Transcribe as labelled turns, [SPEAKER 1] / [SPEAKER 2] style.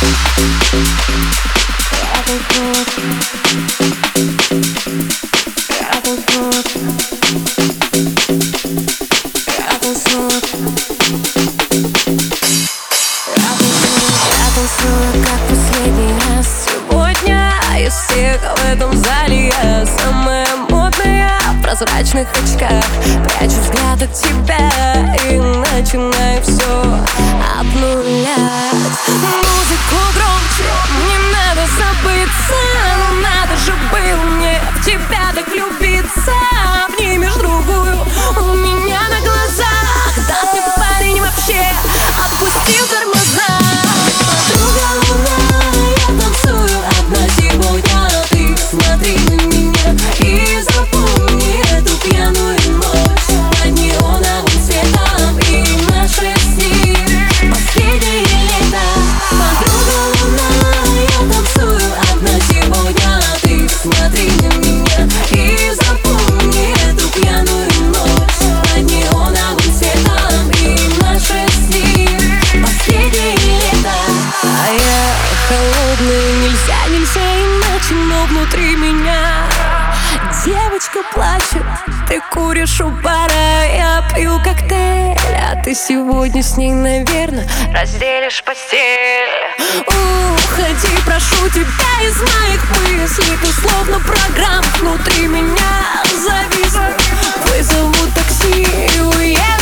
[SPEAKER 1] Как последний раз сегодня из всех в этом зале я самая модная в прозрачных очках. Прячу взгляд от тебя и начинаю все обнулять. Музыку громче, не надо забыться, но надо же было мне в тебя так влюбиться. Обнимешь другую у меня на глазах, да ты парень вообще отпустил тормоза. Смотри на меня и запомни эту пьяную ночь под неоновым светом и наши сны последние лета. Подруга луна, я танцую одна сегодня. Ты смотри на меня и запомни эту пьяную ночь под неоновым светом и наши сны последние лета. А я холодная, нельзя иначе, но внутри меня девочка плачет. Ты куришь у бара, я пью коктейль, а ты сегодня с ней, наверное, разделишь постель. Уходи, прошу тебя из моих мыслей. Ты словно программа внутри меня зависла. Вызову такси и уеду.